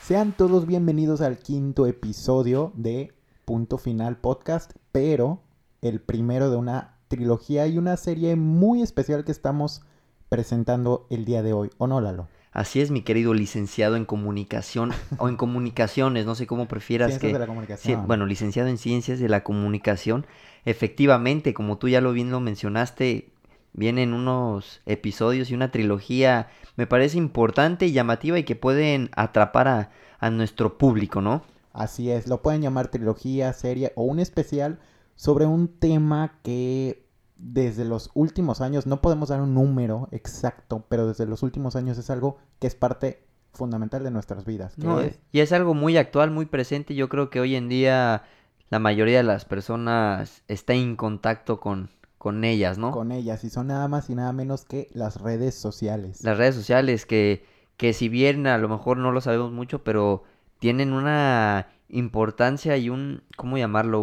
Sean todos bienvenidos al quinto episodio de Punto Final Podcast, pero el primero de una trilogía y una serie muy especial que estamos presentando el día de hoy. ¿O no, Lalo? Así es, mi querido licenciado en comunicación o en comunicaciones, no sé cómo prefieras Ciencias de que... la comunicación. Bueno, licenciado en ciencias de la comunicación. Efectivamente, como tú ya bien lo mencionaste, vienen unos episodios y una trilogía, me parece importante y llamativa y que pueden atrapar a nuestro público, ¿no? Así es, lo pueden llamar trilogía, serie o un especial sobre un tema que desde los últimos años, no podemos dar un número exacto, pero desde los últimos años es algo que es parte fundamental de nuestras vidas, No, que es y es algo muy actual, muy presente. Yo creo que hoy en día la mayoría de las personas está en contacto con ellas, ¿no? con ellas y son nada más y nada menos que las redes sociales. Las redes sociales que si bien a lo mejor no lo sabemos mucho, pero tienen una importancia y ¿cómo llamarlo?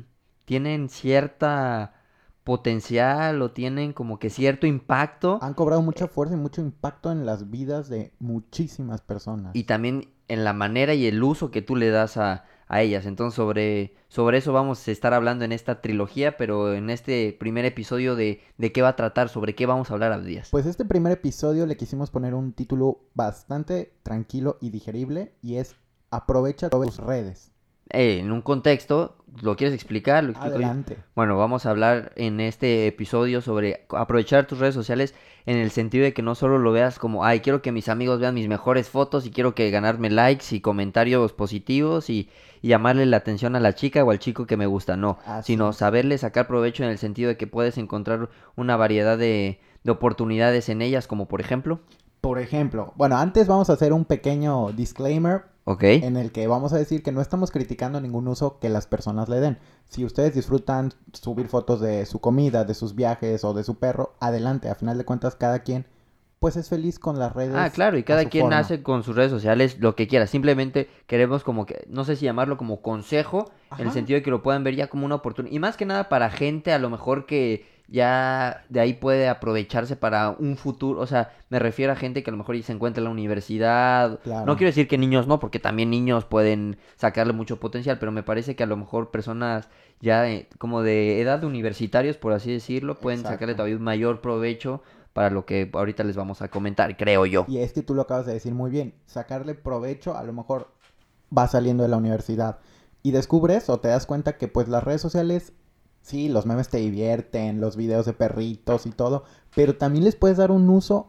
Tienen cierta potencial o tienen como que cierto impacto Han cobrado mucha fuerza y mucho impacto en las vidas de muchísimas y personas. también en la manera y el uso que tú le das a ellas. Entonces sobre eso vamos a estar hablando en esta trilogía, pero en este primer episodio de qué va a tratar, sobre qué vamos a hablar a días. Pues este primer episodio le quisimos poner un título bastante tranquilo y digerible y es Aprovecha tus redes. En un contexto, ¿lo quieres explicar? ¿Lo explico yo? Adelante. Bueno, vamos a hablar en este episodio sobre aprovechar tus redes sociales en el sentido de que no solo lo veas como, ay, quiero que mis amigos vean mis mejores fotos y quiero que ganarme likes y comentarios positivos y llamarle la atención a la chica o al chico que me gusta, no, Así sino es. saberle sacar provecho en el sentido de que puedes encontrar una variedad de oportunidades en ellas, como por ejemplo, Por ejemplo, bueno, antes vamos a hacer un pequeño disclaimer ok. en el que vamos a decir que no estamos criticando ningún uso que las personas le den. Si ustedes disfrutan subir fotos de su comida, de sus viajes o de su perro, adelante. A final de cuentas, cada quien pues es feliz con las Ah, redes claro, y a cada su quien forma. hace con sus redes sociales lo que quiera. Simplemente queremos como que, no sé si llamarlo como consejo, en el Ajá. sentido de que lo puedan ver ya como una oportunidad. Y más que nada para gente a lo mejor que ya de ahí puede aprovecharse para un futuro. O sea, me refiero a gente que a lo mejor ya se encuentra en la universidad. No Claro. quiero decir que niños no, porque también niños pueden sacarle mucho potencial, pero me parece que a lo mejor personas ya como de edad de universitarios, por así decirlo, pueden sacarle Exacto. todavía un mayor provecho para lo que ahorita les vamos a comentar, creo yo. Y es que tú lo acabas de decir muy bien. Sacarle provecho, a lo mejor vas saliendo de la universidad y descubres o te das cuenta que pues las redes sociales, sí, los memes te divierten, los videos de perritos y todo, pero también les puedes dar un uso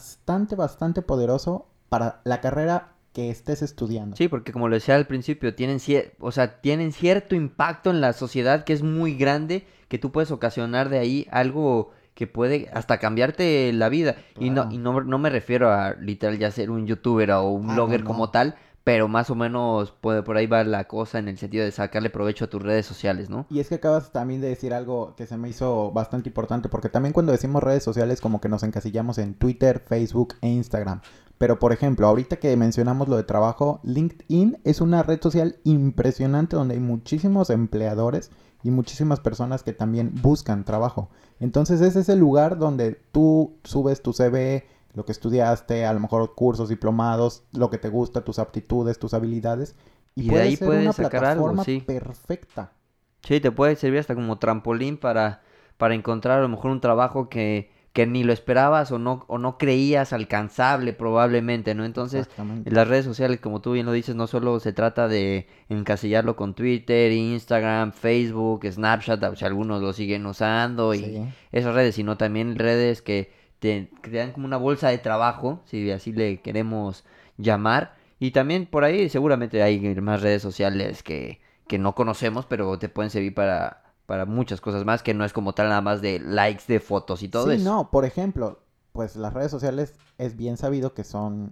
bastante poderoso para la carrera que estés estudiando. Sí, porque como lo decía al principio, o sea, tienen cierto impacto en la sociedad que es muy grande, que tú puedes ocasionar de ahí algo que puede hasta cambiarte la vida. Y Claro. no me refiero a literal ya ser un youtuber o un Ah, no, blogger como no. tal, pero más o menos por ahí va la cosa en el sentido de sacarle provecho a tus redes sociales, ¿no? Y es que acabas también de decir algo que se me hizo bastante importante, porque también cuando decimos redes sociales como que nos encasillamos en Twitter, Facebook e Instagram. Pero por ejemplo, ahorita que mencionamos lo de trabajo, LinkedIn es una red social impresionante donde hay muchísimos empleadores y muchísimas personas que también buscan trabajo. Entonces es ese lugar donde tú subes tu CV, lo que estudiaste, a lo mejor cursos, diplomados, lo que te gusta, tus aptitudes, tus habilidades, y Y de puede ahí ser una puedes sacar algo, plataforma sí. perfecta. Sí, te puede servir hasta como trampolín para encontrar a lo mejor un trabajo que ni lo esperabas o no creías alcanzable probablemente, ¿no? Entonces, en Exactamente. las redes sociales, como tú bien lo dices, no solo se trata de encasillarlo con Twitter, Instagram, Facebook, Snapchat, si algunos lo siguen usando y Sí. esas redes, sino también redes que te dan como una bolsa de trabajo, si así le queremos llamar. Y también por ahí seguramente hay más redes sociales que no conocemos, pero te pueden servir para muchas cosas más, que no es como tal nada más de likes de fotos y todo Sí, eso. no, por ejemplo, pues las redes sociales es bien sabido que son,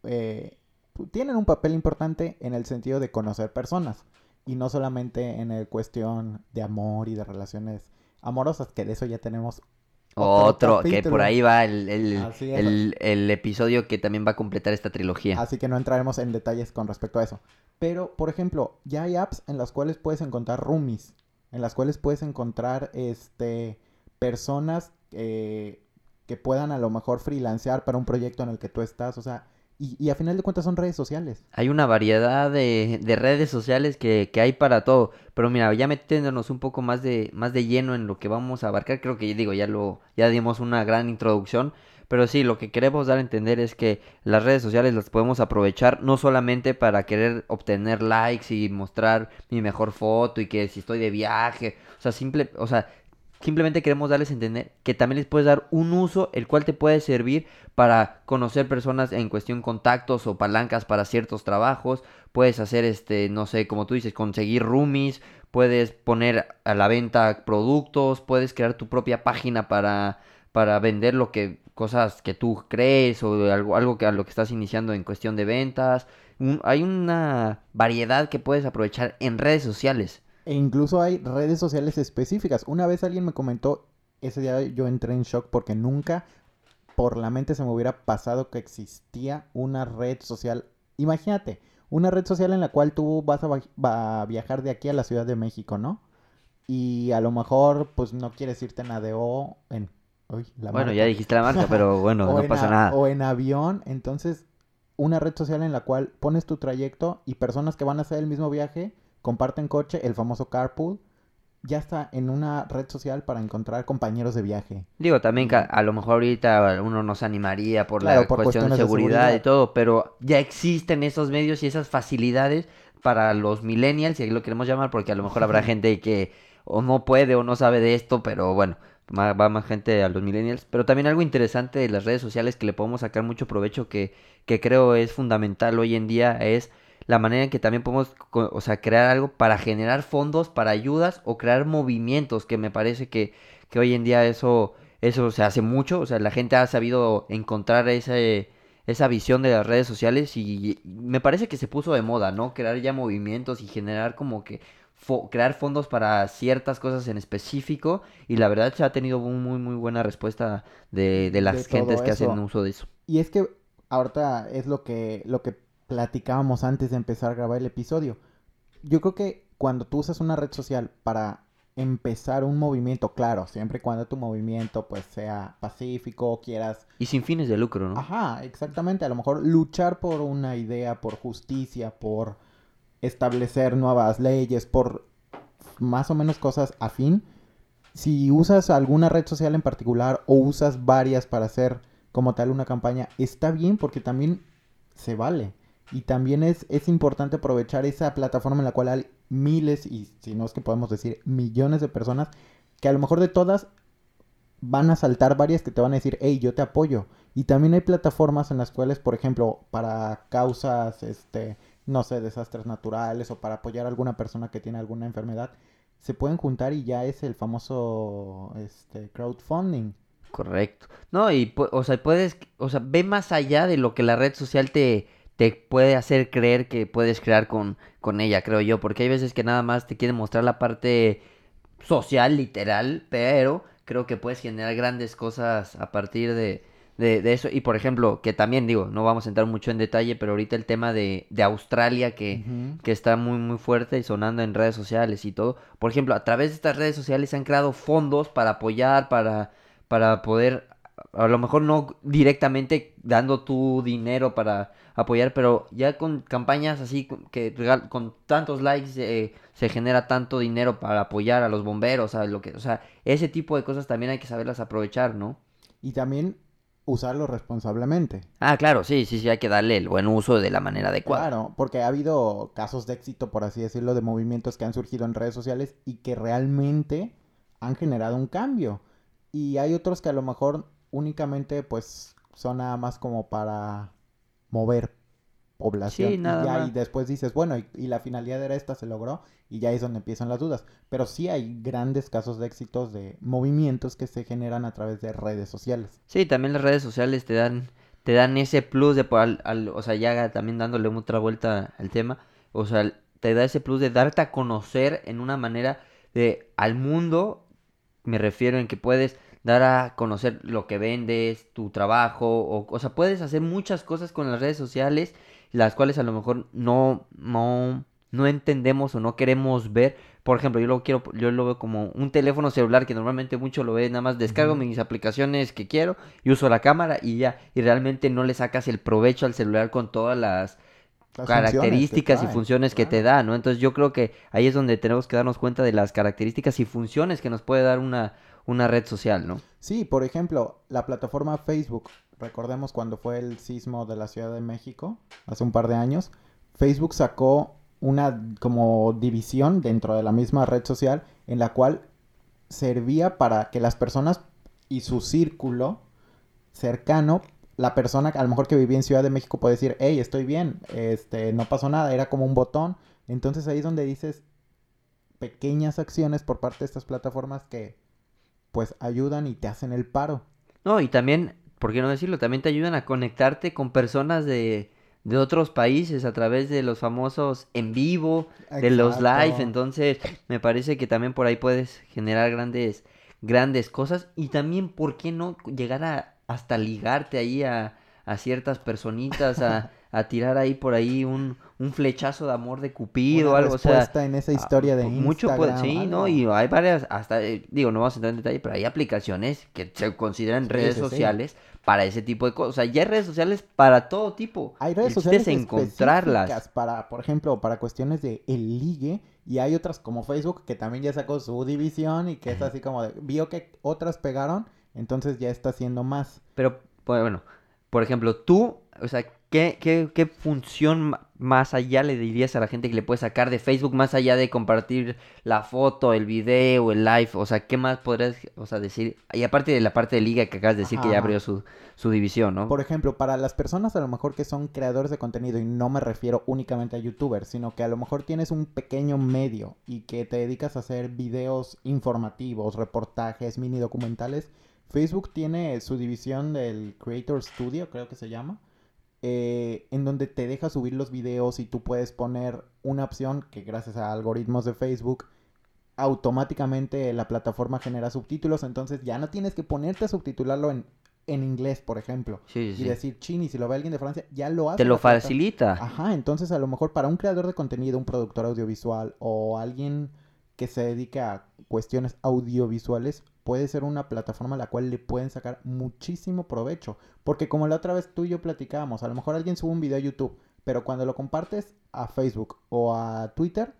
tienen un papel importante en el sentido de conocer personas y no solamente en el cuestión de amor y de relaciones amorosas, que de eso ya tenemos otro Otro, que por capítulo. ahí va Así es. el episodio que también va a completar esta trilogía. Así que no entraremos en detalles con respecto a eso. Pero, por ejemplo, ya hay apps en las cuales puedes encontrar roomies, en las cuales puedes encontrar personas que puedan a lo mejor freelancear para un proyecto en el que tú estás. O sea, y a final de cuentas son redes sociales. Hay una variedad de redes sociales que hay para todo. Pero mira, ya metiéndonos un poco más de lleno en lo que vamos a abarcar, creo que digo, ya dimos una gran introducción. Pero sí, lo que queremos dar a entender es que las redes sociales las podemos aprovechar no solamente para querer obtener likes y mostrar mi mejor foto y que si estoy de viaje, simplemente queremos darles a entender que también les puedes dar un uso el cual te puede servir para conocer personas en cuestión contactos o palancas para ciertos trabajos. Puedes hacer no sé, como tú dices, conseguir roomies, puedes poner a la venta productos, puedes crear tu propia página para vender cosas que tú crees o algo que a lo que estás iniciando en cuestión de ventas. Hay una variedad que puedes aprovechar en redes sociales. E incluso hay redes sociales específicas. Una vez alguien me comentó, ese día yo entré en shock porque nunca por la mente se me hubiera pasado que existía una red social. Imagínate, una red social en la cual tú vas a viajar de aquí a la Ciudad de México, ¿no? Y a lo mejor pues no quieres irte en ADO, uy, la Bueno, ya marca, dijiste la marca, pero bueno, no pasa nada. o en avión. Entonces, una red social en la cual pones tu trayecto y personas que van a hacer el mismo viaje comparten coche, el famoso carpool, ya está en una red social para encontrar compañeros de viaje. Digo, también que Y a lo mejor ahorita uno no se animaría por claro, la por cuestión de cuestiones de seguridad y seguridad. todo, pero ya existen esos medios y esas facilidades para los millennials, si así lo queremos llamar, porque a lo mejor habrá gente que o no puede o no sabe de esto, pero bueno, va más gente a los millennials. Pero también algo interesante de las redes sociales que le podemos sacar mucho provecho, que creo es fundamental hoy en día, es la manera en que también podemos, o sea, crear algo para generar fondos, para ayudas o crear movimientos, que me parece que hoy en día eso se hace mucho. O sea, la gente ha sabido encontrar esa visión de las redes sociales y me parece que se puso de moda, ¿no? Crear ya movimientos y generar como que crear fondos para ciertas cosas en específico, y la verdad se ha tenido muy, muy buena respuesta de De las gentes todo que hacen eso. uso de eso. Y es que ahorita es lo que platicábamos antes de empezar a grabar el episodio. Yo creo que cuando tú usas una red social para empezar un movimiento, claro, siempre y cuando tu movimiento pues sea pacífico, quieras, Y sin fines de lucro, ¿no? ajá, exactamente, a lo mejor luchar por una idea, por justicia, por establecer nuevas leyes, por más o menos cosas afín. Si usas alguna red social en particular o usas varias para hacer como tal una campaña, está bien porque también se vale. Y también es importante aprovechar esa plataforma en la cual hay miles, y si no es que podemos decir millones de personas, que a lo mejor de todas van a saltar varias que te van a decir, hey, yo te apoyo. Y también hay plataformas en las cuales, por ejemplo, para causas, no sé, desastres naturales o para apoyar a alguna persona que tiene alguna enfermedad, se pueden juntar y ya es el famoso, crowdfunding. Correcto. No, o sea, o sea, ve más allá de lo que la red social te puede hacer creer que puedes crear con ella, creo yo, porque hay veces que nada más te quieren mostrar la parte social, literal, pero creo que puedes generar grandes cosas a partir de eso. Y por ejemplo, que también digo, no vamos a entrar mucho en detalle, pero ahorita el tema de Australia Ujú. que está muy, muy fuerte y sonando en redes sociales y todo. Por ejemplo, a través de estas redes sociales se han creado fondos para apoyar, para poder, a lo mejor no directamente dando tu dinero para apoyar, pero ya con campañas así con tantos likes se genera tanto dinero para apoyar a los bomberos, o sea, ese tipo de cosas también hay que saberlas aprovechar, ¿no? Y también usarlo responsablemente. Ah, claro, sí, sí, sí, hay que darle el buen uso de la manera adecuada. Claro, porque ha habido casos de éxito, por así decirlo, de movimientos que han surgido en redes sociales y que realmente han generado un cambio. Y hay otros que a lo mejor únicamente pues son nada más como para mover Sí, población y nada ya, y más. después dices, bueno, y la finalidad era esta, se logró, y ya es donde empiezan las dudas. Pero sí hay grandes casos de éxitos de movimientos que se generan a través de redes sociales. Sí, también las redes sociales te dan ese plus de, o sea, ya también dándole otra vuelta al tema, o sea, te da ese plus de darte a conocer en una manera de al mundo. Me refiero en que puedes dar a conocer lo que vendes, tu trabajo, o sea, puedes hacer muchas cosas con las redes sociales, las cuales a lo mejor no entendemos o no queremos ver. Por ejemplo, yo lo veo como un teléfono celular que normalmente mucho lo ve, nada más descargo mis aplicaciones que quiero y uso la cámara y ya, y realmente no le sacas el provecho al celular con todas las Las funciones que características y trae, funciones que te claro. da, ¿no? Entonces yo creo que ahí es donde tenemos que darnos cuenta de las características y funciones que nos puede dar una red social, ¿no? Sí, por ejemplo, la plataforma Facebook, recordemos cuando fue el sismo de la Ciudad de México, hace un par de años, Facebook sacó una como división dentro de la misma red social en la cual servía para que las personas y su círculo cercano, la persona a lo mejor que vivía en Ciudad de México puede decir, hey, estoy bien, no pasó nada, era como un botón. Entonces ahí es donde dices pequeñas acciones por parte de estas plataformas que pues ayudan y te hacen el paro. No, y también, ¿por qué no decirlo? También te ayudan a conectarte con personas de otros países a través de los famosos en vivo, de los live. Exacto. Entonces, me parece que también por ahí puedes generar grandes cosas. Y también, ¿por qué no llegar a hasta ligarte ahí a ciertas personitas, a tirar ahí por ahí un flechazo de amor de Cupido Una o algo? O sea, respuesta en esa historia de mucho puede, Instagram, sí, ¿no? Y algo. hay varias, hasta, digo, no vamos a entrar en detalle, pero hay aplicaciones que se consideran Sí, redes sí, sí. sociales para ese tipo de cosas. O sea, ya hay redes sociales para todo tipo. Hay redes El chiste es sociales encontrarlas. específicas para, por ejemplo, para cuestiones de el ligue. Y hay otras como Facebook que también ya sacó su división y que es así como de, vio que otras pegaron, entonces ya está haciendo más. Pero, pues, bueno, por ejemplo, tú, o sea, ¿qué función más allá le dirías a la gente que le puede sacar de Facebook, más allá de compartir la foto, el video, el live? O sea, ¿qué más podrías, o sea, decir? Y aparte de la parte de liga que acabas de decir que Ajá, ya ajá. abrió su división, ¿no? Por ejemplo, para las personas a lo mejor que son creadores de contenido, y no me refiero únicamente a youtubers, sino que a lo mejor tienes un pequeño medio y que te dedicas a hacer videos informativos, reportajes, mini documentales, Facebook tiene su división del Creator Studio, creo que se llama, en donde te deja subir los videos y tú puedes poner una opción que gracias a algoritmos de Facebook automáticamente la plataforma genera subtítulos, entonces ya no tienes que ponerte a subtitularlo en inglés, por ejemplo, Sí, y sí, sí. decir chin, y si lo ve alguien de Francia, ya lo Te hace lo la plataforma. facilita. Ajá, entonces a lo mejor para un creador de contenido, un productor audiovisual o alguien que se dedica a cuestiones audiovisuales, puede ser una plataforma a la cual le pueden sacar muchísimo provecho. Porque como la otra vez tú y yo platicábamos, a lo mejor alguien sube un video a YouTube, pero cuando lo compartes a Facebook o a Twitter,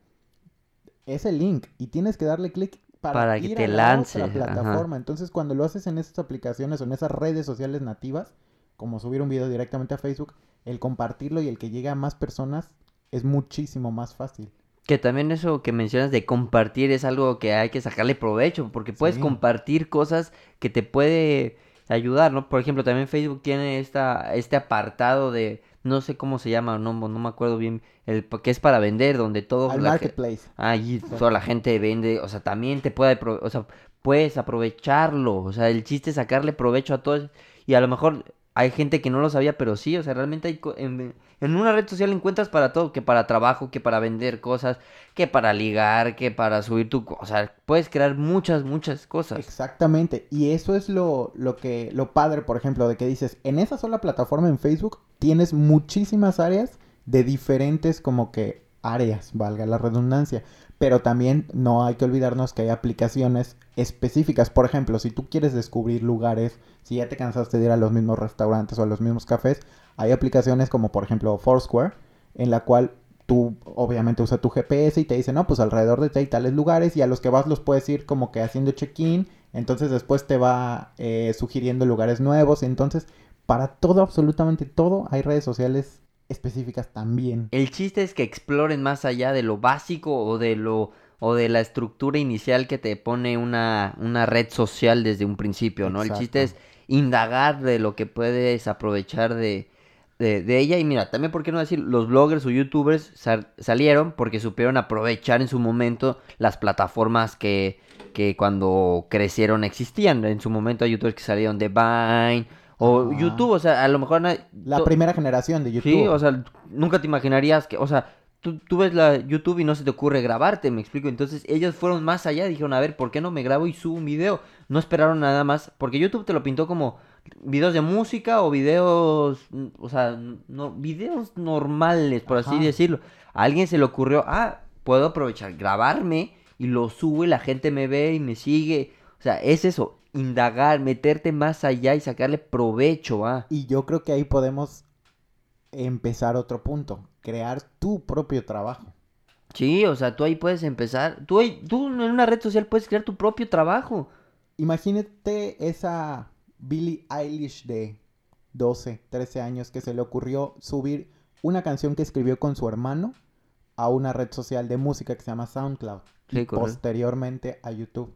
es el link y tienes que darle clic para Para que ir a te la otra lance, ajá. plataforma. Entonces, cuando lo haces en esas aplicaciones o en esas redes sociales nativas, como subir un video directamente a Facebook, el compartirlo y el que llegue a más personas es muchísimo más fácil. Que también eso que mencionas de compartir es algo que hay que sacarle provecho, porque puedes Sí. compartir cosas que te puede ayudar, ¿no? Por ejemplo, también Facebook tiene este apartado de, no sé cómo se llama, no me acuerdo bien, que es para vender, donde todo Al marketplace. allí toda la Exacto. gente vende, o sea, también te puede, o sea, puedes aprovecharlo, o sea, el chiste es sacarle provecho a todo, y a lo mejor hay gente que no lo sabía, pero sí, o sea, realmente hay, en una red social encuentras para todo, que para trabajo, que para vender cosas, que para ligar, que para subir o sea, puedes crear muchas cosas. Exactamente. Y eso es lo padre, por ejemplo, de que dices, en esa sola plataforma en Facebook tienes muchísimas áreas de diferentes como que áreas, valga la redundancia. Pero también no hay que olvidarnos que hay aplicaciones específicas. Por ejemplo, si tú quieres descubrir lugares, si ya te cansaste de ir a los mismos restaurantes o a los mismos cafés, hay aplicaciones como por ejemplo Foursquare, en la cual tú obviamente usas tu GPS y te dice, no, pues alrededor de ti hay tales lugares y a los que vas los puedes ir como que haciendo check-in, entonces después te va sugiriendo lugares nuevos, entonces para todo, absolutamente todo, hay redes sociales específicas también. El chiste es que exploren más allá de lo básico o de la estructura inicial que te pone una red social desde un principio, ¿no? El chiste Exacto. es indagar de lo que puedes aprovechar de ella. Y mira, también, ¿por qué no decir? Los bloggers o youtubers salieron porque supieron aprovechar en su momento las plataformas que cuando crecieron existían. En su momento hay youtubers que salieron de Vine o YouTube, Ajá. o sea, a lo mejor La primera generación de sí, o YouTube. sea, nunca te imaginarías que, o sea, tú ves la YouTube y no se te ocurre grabarte, me explico. Entonces ellos fueron más allá, dijeron, a ver, ¿por qué no me grabo y subo un video? No esperaron nada más, porque YouTube te lo pintó como, videos de música o videos, o sea, no, videos normales, por así Ajá. decirlo. A alguien se le ocurrió, puedo aprovechar, grabarme y lo subo y la gente me ve y me sigue. O sea, es eso, indagar, meterte más allá y sacarle provecho, Y yo creo que ahí podemos empezar otro punto, crear tu propio trabajo. Sí, o sea, tú ahí puedes empezar, tú en una red social puedes crear tu propio trabajo. Imagínate esa Billie Eilish de 12, 13 años que se le ocurrió subir una canción que escribió con su hermano a una red social de música que se llama SoundCloud y Sí, correcto. posteriormente a YouTube.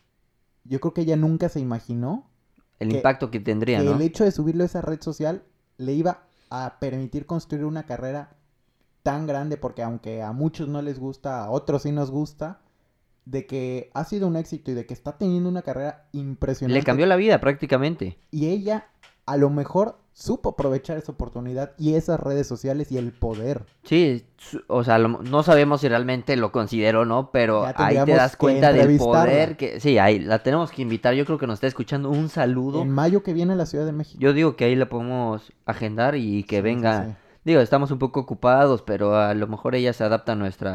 Yo creo que ella nunca se imaginó El que, impacto que tendría, que el ¿no? hecho de subirlo a esa red social le iba a permitir construir una carrera tan grande, porque aunque a muchos no les gusta, a otros sí nos gusta, de que ha sido un éxito y de que está teniendo una carrera Le cambió impresionante. la vida prácticamente. Y ella a lo mejor supo aprovechar esa oportunidad y esas redes sociales y el poder. Sí, o sea, no sabemos si realmente lo considero o no, pero Ya ahí te tendríamos das que cuenta del poder entrevistarla que... Sí, ahí la tenemos que invitar, yo creo que nos está escuchando. Un saludo. en mayo que viene a la Ciudad de México. Yo digo que ahí la podemos agendar y que Sí, sí, venga. sí, Digo, estamos un poco ocupados, pero a lo mejor ella se adapta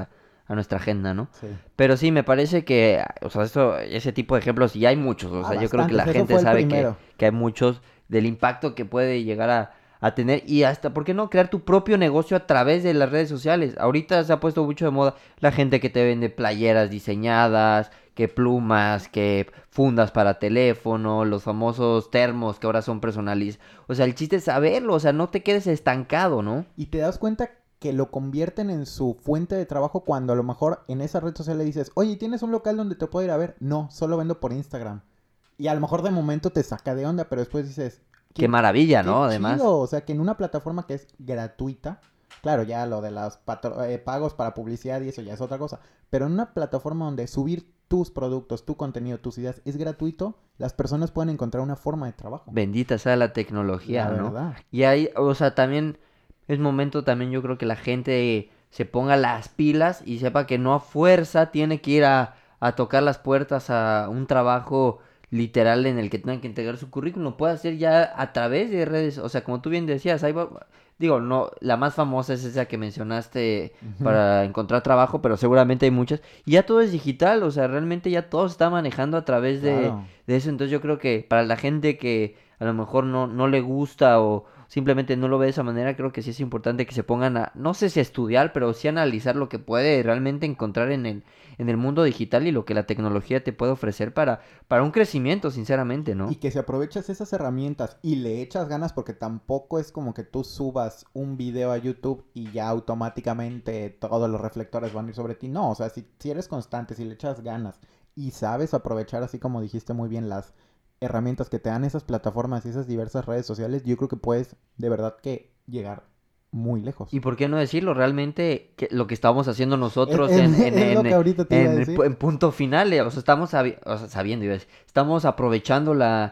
a nuestra agenda, ¿no? sí. Pero sí, me parece que, o sea, ese tipo de ejemplos, y hay muchos, o Ah, sea, yo creo que bastantes. la Eso gente fue el sabe primero. que hay muchos del impacto que puede llegar a tener y hasta, ¿por qué no? Crear tu propio negocio a través de las redes sociales. Ahorita se ha puesto mucho de moda la gente que te vende playeras diseñadas, que plumas, que fundas para teléfono, los famosos termos que ahora son personalizados. O sea, el chiste es saberlo, o sea, no te quedes estancado, ¿no? Y te das cuenta que lo convierten en su fuente de trabajo cuando a lo mejor en esa red social le dices, oye, ¿tienes un local donde te puedo ir a ver? No, solo vendo por Instagram. Y a lo mejor de momento te saca de onda, pero después dices, Qué qué, maravilla, ¿no? qué Además. chido. O sea, que en una plataforma que es gratuita, claro, ya lo de los pagos para publicidad y eso ya es otra cosa, pero en una plataforma donde subir tus productos, tu contenido, tus ideas es gratuito, las personas pueden encontrar una forma de trabajo. Bendita sea la La tecnología, ¿no? verdad. Y ahí, o sea, también es momento también yo creo que la gente se ponga las pilas y sepa que no a fuerza tiene que ir a tocar las puertas a un trabajo literal en el que tengan que integrar su currículum. Lo puede hacer ya a través de redes, o sea, como tú bien decías, digo, no, la más famosa es esa que mencionaste Ujú. para encontrar trabajo, pero seguramente hay muchas. Y ya todo es digital, o sea, realmente ya todo se está manejando a través Claro. de eso. Entonces yo creo que para la gente que a lo mejor no le gusta o simplemente no lo ve de esa manera, creo que sí es importante que se pongan no sé si a estudiar, pero sí a analizar lo que puede realmente encontrar en el mundo digital y lo que la tecnología te puede ofrecer para un crecimiento, sinceramente, Y ¿no? que si aprovechas esas herramientas y le echas ganas, porque tampoco es como que tú subas un video a YouTube y ya automáticamente todos los reflectores van a ir sobre ti. No, o sea, si eres constante, si le echas ganas y sabes aprovechar, así como dijiste muy bien, las herramientas que te dan esas plataformas y esas diversas redes sociales, yo creo que puedes de verdad que llegar muy lejos. Y por qué no decirlo, realmente lo que estamos haciendo Es, nosotros es- es lo que ahorita te iba a decir. en punto final, o sea, estamos o sea, sabiendo, iba a decir, estamos aprovechando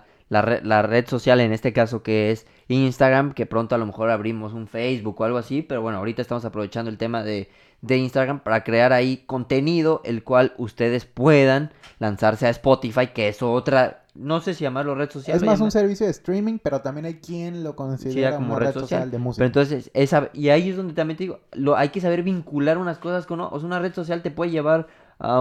la red social, en este caso que es Instagram, que pronto a lo mejor abrimos un Facebook o algo así, pero bueno, ahorita estamos aprovechando el tema de Instagram para crear ahí contenido, el cual ustedes puedan lanzarse a Spotify, que es otra, no sé si llamarlo red social, Es más un servicio de streaming, pero también hay quien lo sí, ya considera como una red red social. social de Pero música. entonces, y ahí es donde también te digo, hay que saber vincular unas cosas con o sea, una red social te puede llevar a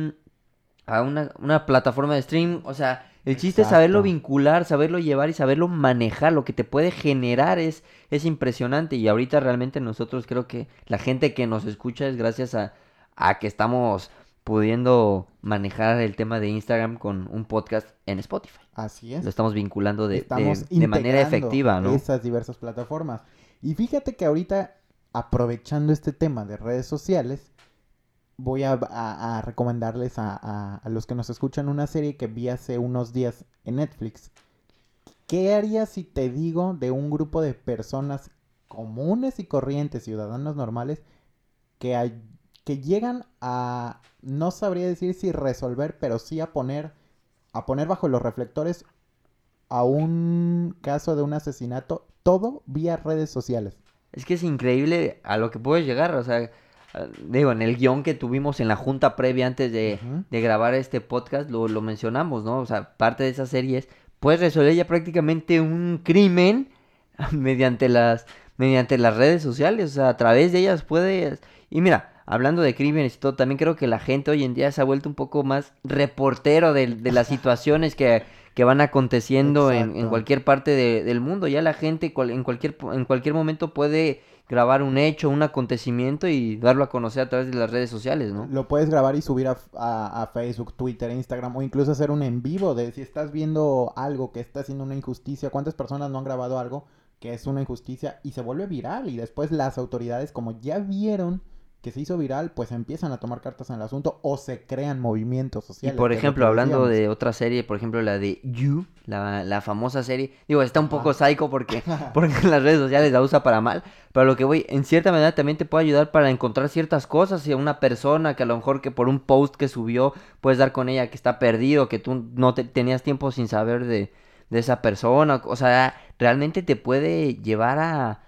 una plataforma de stream. O sea, el chiste es saberlo Exacto. vincular, saberlo llevar y saberlo manejar. Lo que te puede generar es impresionante. Y ahorita realmente nosotros creo que la gente que nos escucha es gracias a que estamos pudiendo manejar el tema de Instagram con un podcast en Spotify. Así Lo es. estamos vinculando Estamos de manera integrando efectiva, ¿no? esas diversas plataformas. Y fíjate que ahorita, aprovechando este tema de redes sociales, voy a recomendarles a los que nos escuchan una serie que vi hace unos días en Netflix. ¿Qué harías si te digo de un grupo de personas comunes y corrientes, ciudadanos normales, que llegan a, no sabría decir si resolver, pero sí a poner bajo los reflectores a un caso de un asesinato, todo vía redes sociales? Es que es increíble a lo que puedes llegar, o sea, digo, en el guión que tuvimos en la junta previa antes Ujú. de grabar este podcast lo mencionamos, ¿no? O sea, parte de esa serie es puedes resolver ya prácticamente un crimen mediante las redes sociales, o sea, a través de ellas puedes... Y mira, hablando de crímenes y todo, también creo que la gente hoy en día se ha vuelto un poco más reportero de las situaciones que van aconteciendo en Exacto. cualquier parte del mundo. Ya la gente en cualquier momento puede grabar un hecho, un acontecimiento y darlo a conocer a través de las redes sociales, ¿no? Lo puedes grabar y subir a Facebook, Twitter, Instagram o incluso hacer un en vivo de si estás viendo algo que está haciendo una injusticia. ¿Cuántas personas no han grabado algo que es una injusticia y se vuelve viral? Y después las autoridades, como ya vieron que se hizo viral, pues empiezan a tomar cartas en el asunto o se crean movimientos Y sociales, por que es lo que ejemplo, hablando decíamos. de otra serie, por ejemplo la de You, la famosa serie, digo, está un poco Ajá. psycho porque las redes sociales la usa para mal, pero a lo que voy, en cierta manera también te puede ayudar para encontrar ciertas cosas, si a una persona que a lo mejor que por un post que subió puedes dar con ella que está perdido, que tú no tenías tiempo sin saber de esa persona, o sea, realmente te puede llevar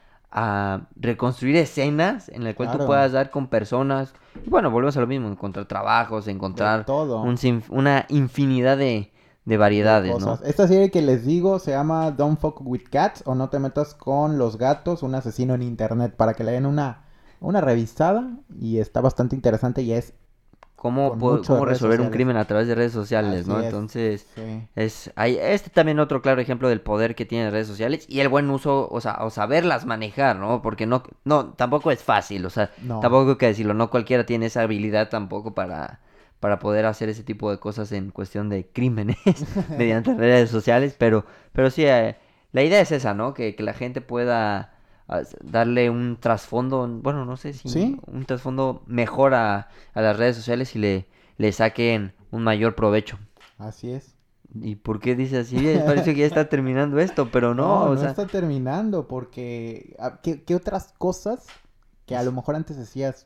a reconstruir escenas en las cuales tú Claro, puedas dar con personas. Y bueno, volvemos a lo mismo, encontrar trabajos, de encontrar todo. una infinidad de De variedades, ¿no? cosas. Esta serie que les digo se llama Don't Fuck with Cats o No te metas con los gatos, un asesino en internet, para que le den una revisada y está bastante interesante y es Cómo, con mucho de cómo redes resolver un sociales. crimen a través de redes sociales, Así ¿no? es, Entonces, sí. hay también otro claro ejemplo del poder que tienen las redes sociales y el buen uso, o sea, o saberlas manejar, ¿no? Porque no, tampoco es fácil, o sea, No. tampoco hay que decirlo, no cualquiera tiene esa habilidad tampoco para poder hacer ese tipo de cosas en cuestión de crímenes mediante redes sociales, pero sí, la idea es esa, ¿no? Que la gente pueda darle un trasfondo, bueno, no sé si ¿Sí? un trasfondo mejor a las redes sociales y le saquen un mayor provecho. Así es. ¿Y por qué dice así? Parece que ya está terminando esto, pero no, No, o no sea, está terminando porque ¿qué otras cosas que a lo mejor antes decías,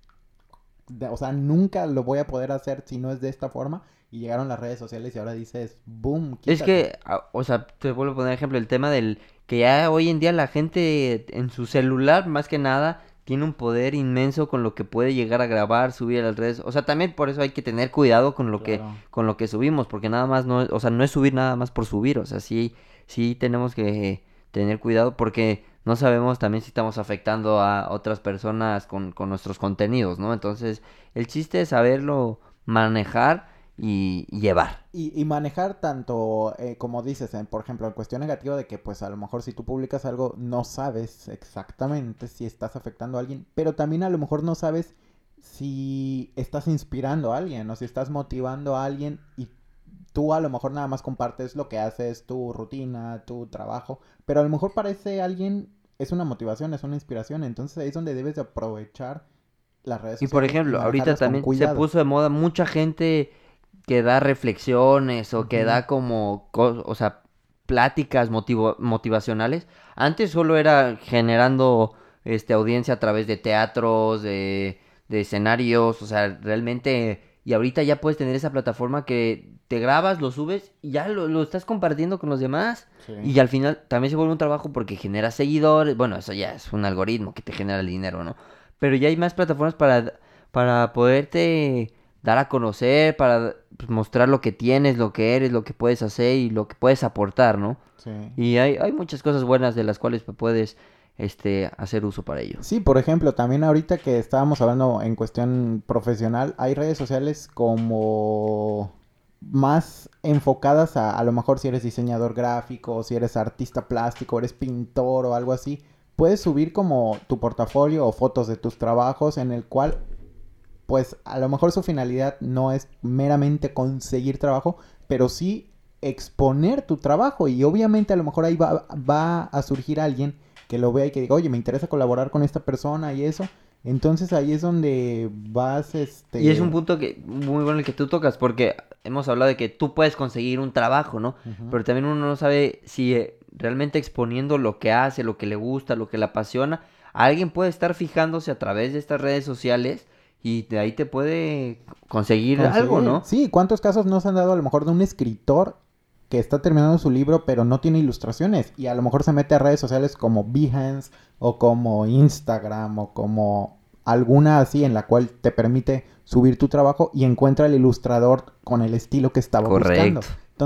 o sea, nunca lo voy a poder hacer si no es de esta forma y llegaron las redes sociales y ahora dices, boom, es quítate. que, o sea, te vuelvo a poner ejemplo, el tema del que ya hoy en día la gente en su celular, más que nada, tiene un poder inmenso con lo que puede llegar a grabar, subir a las redes. O sea, también por eso hay que tener cuidado Claro. con lo que subimos, porque nada más no, o sea, no es subir nada más por subir, o sea, sí tenemos que tener cuidado porque no sabemos también si estamos afectando a otras personas con nuestros contenidos, ¿no? Entonces, el chiste es saberlo manejar y llevar. Y manejar tanto, como dices, por ejemplo, en cuestión negativa de que pues a lo mejor si tú publicas algo no sabes exactamente si estás afectando a alguien, pero también a lo mejor no sabes si estás inspirando a alguien o si estás motivando a alguien y tú a lo mejor nada más compartes lo que haces, tu rutina, tu trabajo, pero a lo mejor para ese alguien es una motivación, es una inspiración, entonces ahí es donde debes de aprovechar las redes Y por sociales y ejemplo, ahorita manejarlas con también se cuidado. puso de moda mucha gente que da reflexiones o que Ujú, da como, o sea, pláticas motivacionales. Antes solo era generando audiencia a través de teatros, de escenarios, o sea, realmente, y ahorita ya puedes tener esa plataforma que te grabas, lo subes y ya lo estás compartiendo con los demás. sí. Y al final también se vuelve un trabajo porque genera seguidores. Bueno, eso ya es un algoritmo que te genera el dinero, ¿no? Pero ya hay más plataformas para poderte dar a conocer, para pues, mostrar lo que tienes, lo que eres, lo que puedes hacer y lo que puedes aportar, ¿no? Sí. Y hay muchas cosas buenas de las cuales puedes hacer uso para ello. Sí, por ejemplo, también ahorita que estábamos hablando en cuestión profesional, hay redes sociales como más enfocadas a lo mejor si eres diseñador gráfico, o si eres artista plástico, eres pintor o algo así. Puedes subir como tu portafolio o fotos de tus trabajos en el cual, pues a lo mejor su finalidad no es meramente conseguir trabajo, pero sí exponer tu trabajo y obviamente a lo mejor ahí va a surgir alguien que lo vea y que diga, oye, me interesa colaborar con esta persona y eso. Entonces ahí es donde vas, Y es un punto que muy bueno el que tú tocas, porque hemos hablado de que tú puedes conseguir un trabajo, ¿no? Ujú. Pero también uno no sabe si realmente exponiendo lo que hace, lo que le gusta, lo que le apasiona, alguien puede estar fijándose a través de estas redes sociales y de ahí te puede conseguir algo, Conseguir. ¿no? Sí, ¿cuántos casos nos han dado a lo mejor de un escritor que está terminando su libro pero no tiene ilustraciones y a lo mejor se mete a redes sociales como Behance o como Instagram o como alguna así en la cual te permite subir tu trabajo y encuentra el ilustrador con el estilo que estaba buscando. Correcto. Entonces,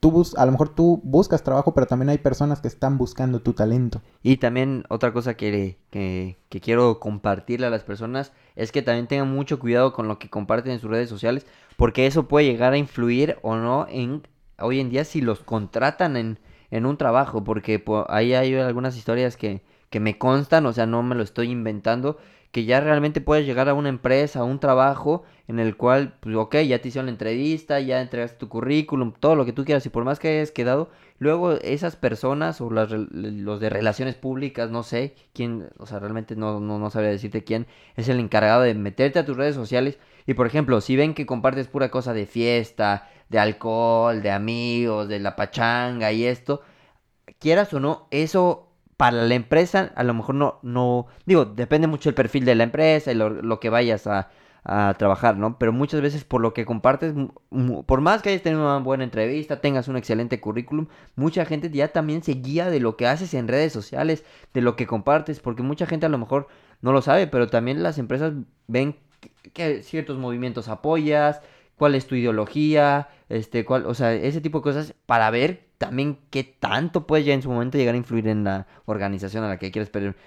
a lo mejor tú buscas trabajo, pero también hay personas que están buscando tu talento. Y también otra cosa que quiero compartirle a las personas es que también tengan mucho cuidado con lo que comparten en sus redes sociales, porque eso puede llegar a influir o no hoy en día si los contratan en un trabajo, porque ahí hay algunas historias que me constan, o sea, no me lo estoy inventando, que ya realmente puedes llegar a una empresa, a un trabajo en el cual, pues ok, ya te hicieron la entrevista, ya entregaste tu currículum, todo lo que tú quieras, y por más que hayas quedado, luego esas personas o los de relaciones públicas, no sé quién, o sea, realmente no sabría decirte quién es el encargado de meterte a tus redes sociales. Y por ejemplo, si ven que compartes pura cosa de fiesta, de alcohol, de amigos, de la pachanga y esto, quieras o no, eso para la empresa a lo mejor no, digo, depende mucho del perfil de la empresa y lo que vayas a trabajar, ¿no? Pero muchas veces por lo que compartes, por más que hayas tenido una buena entrevista, tengas un excelente currículum, mucha gente ya también se guía de lo que haces en redes sociales, de lo que compartes, porque mucha gente a lo mejor no lo sabe, pero también las empresas ven que ciertos movimientos apoyas, cuál es tu ideología, o sea, ese tipo de cosas para ver también qué tanto puede ya en su momento llegar a influir en la organización a la que quieres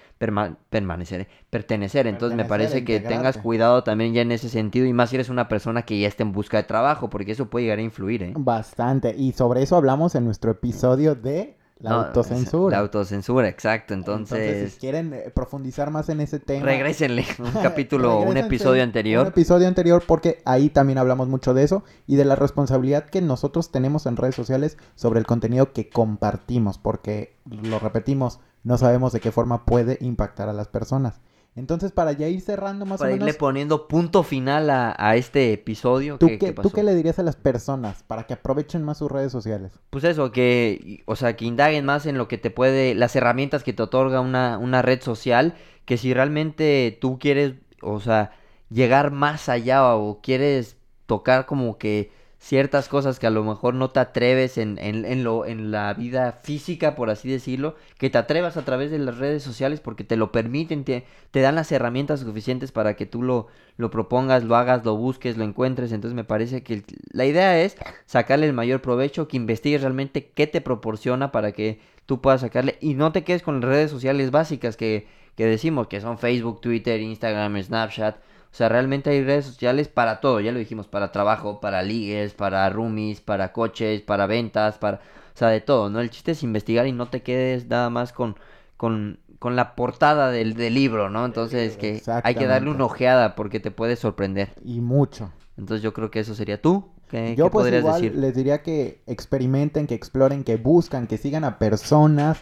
pertenecer. Entonces me parece que tengas cuidado también ya en ese sentido y más si eres una persona que ya está en busca de trabajo, porque eso puede llegar a influir, ¿eh? Bastante. Y sobre eso hablamos en nuestro episodio de la autocensura. La autocensura, exacto. Entonces si quieren profundizar más en ese tema, regrésenle un episodio anterior. Un episodio anterior porque ahí también hablamos mucho de eso y de la responsabilidad que nosotros tenemos en redes sociales sobre el contenido que compartimos, porque, lo repetimos, no sabemos de qué forma puede impactar a las personas. Entonces, para ya ir cerrando más o menos... Para irle poniendo punto final a este episodio. ¿Tú qué le dirías a las personas para que aprovechen más sus redes sociales? Pues eso, que indaguen más en lo que te puede... Las herramientas que te otorga una red social, que si realmente tú quieres, o sea, llegar más allá o quieres tocar como que ciertas cosas que a lo mejor no te atreves en la vida física, por así decirlo, que te atrevas a través de las redes sociales porque te lo permiten, te dan las herramientas suficientes para que tú lo propongas, lo hagas, lo busques, lo encuentres. Entonces me parece que la idea es sacarle el mayor provecho, que investigues realmente qué te proporciona para que tú puedas sacarle y no te quedes con las redes sociales básicas que decimos, que son Facebook, Twitter, Instagram, Snapchat. O sea, realmente hay redes sociales para todo, ya lo dijimos, para trabajo, para ligues, para roomies, para coches, para ventas, o sea, de todo, ¿no? El chiste es investigar y no te quedes nada más con la portada del libro, ¿no? Entonces, que hay que darle una ojeada porque te puede sorprender. Y mucho. Entonces, yo creo que eso sería tú. ¿Qué pues podrías igual decir? Les diría que experimenten, que exploren, que buscan, que sigan a personas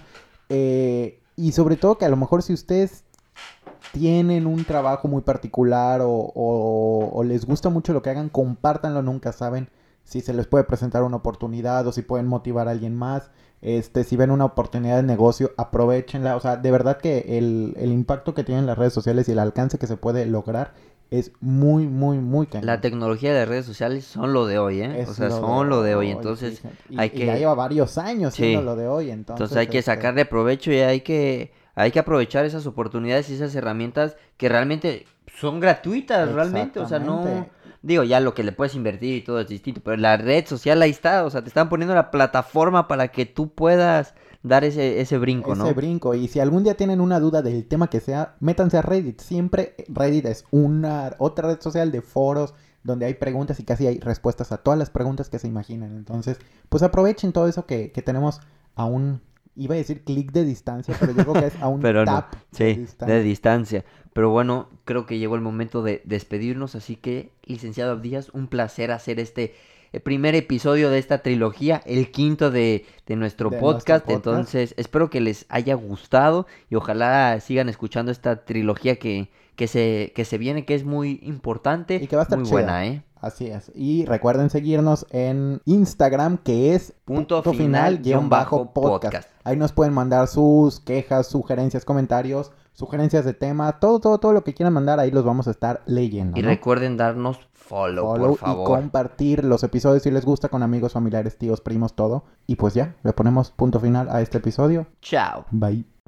y sobre todo que a lo mejor si ustedes tienen un trabajo muy particular o les gusta mucho lo que hagan, compártanlo, nunca saben si se les puede presentar una oportunidad o si pueden motivar a alguien más. Si ven una oportunidad de negocio, aprovéchenla. O sea, de verdad que el impacto que tienen las redes sociales y el alcance que se puede lograr es muy, muy, muy cañón. La tecnología de redes sociales son lo de hoy, ¿eh? O sea, son lo de hoy. Entonces, y ya lleva varios años siendo lo de hoy. Entonces hay que sacarle provecho y hay que aprovechar esas oportunidades y esas herramientas que realmente son gratuitas, realmente. O sea, no... Digo, ya lo que le puedes invertir y todo es distinto, pero la red social ahí está. O sea, te están poniendo la plataforma para que tú puedas dar ese brinco, ¿no? Ese brinco. Y si algún día tienen una duda del tema que sea, métanse a Reddit. Siempre Reddit es otra red social de foros donde hay preguntas y casi hay respuestas a todas las preguntas que se imaginen. Entonces, pues aprovechen todo eso que tenemos a un... Iba a decir clic de distancia, pero yo creo que es a un pero tap de distancia. Pero bueno, creo que llegó el momento de despedirnos, así que, licenciado Abdías, un placer hacer este primer episodio de esta trilogía, el quinto de nuestro podcast. Entonces, espero que les haya gustado y ojalá sigan escuchando esta trilogía que se viene, que es muy importante y que va a estar muy chida. Buena, ¿eh? Así es. Y recuerden seguirnos en Instagram, que es punto final _ podcast. Ahí nos pueden mandar sus quejas, sugerencias, comentarios, sugerencias de tema, todo lo que quieran mandar, ahí los vamos a estar leyendo. Y recuerden darnos follow, por favor. Y compartir los episodios si les gusta con amigos, familiares, tíos, primos, todo. Y pues ya, le ponemos punto final a este episodio. Chao. Bye.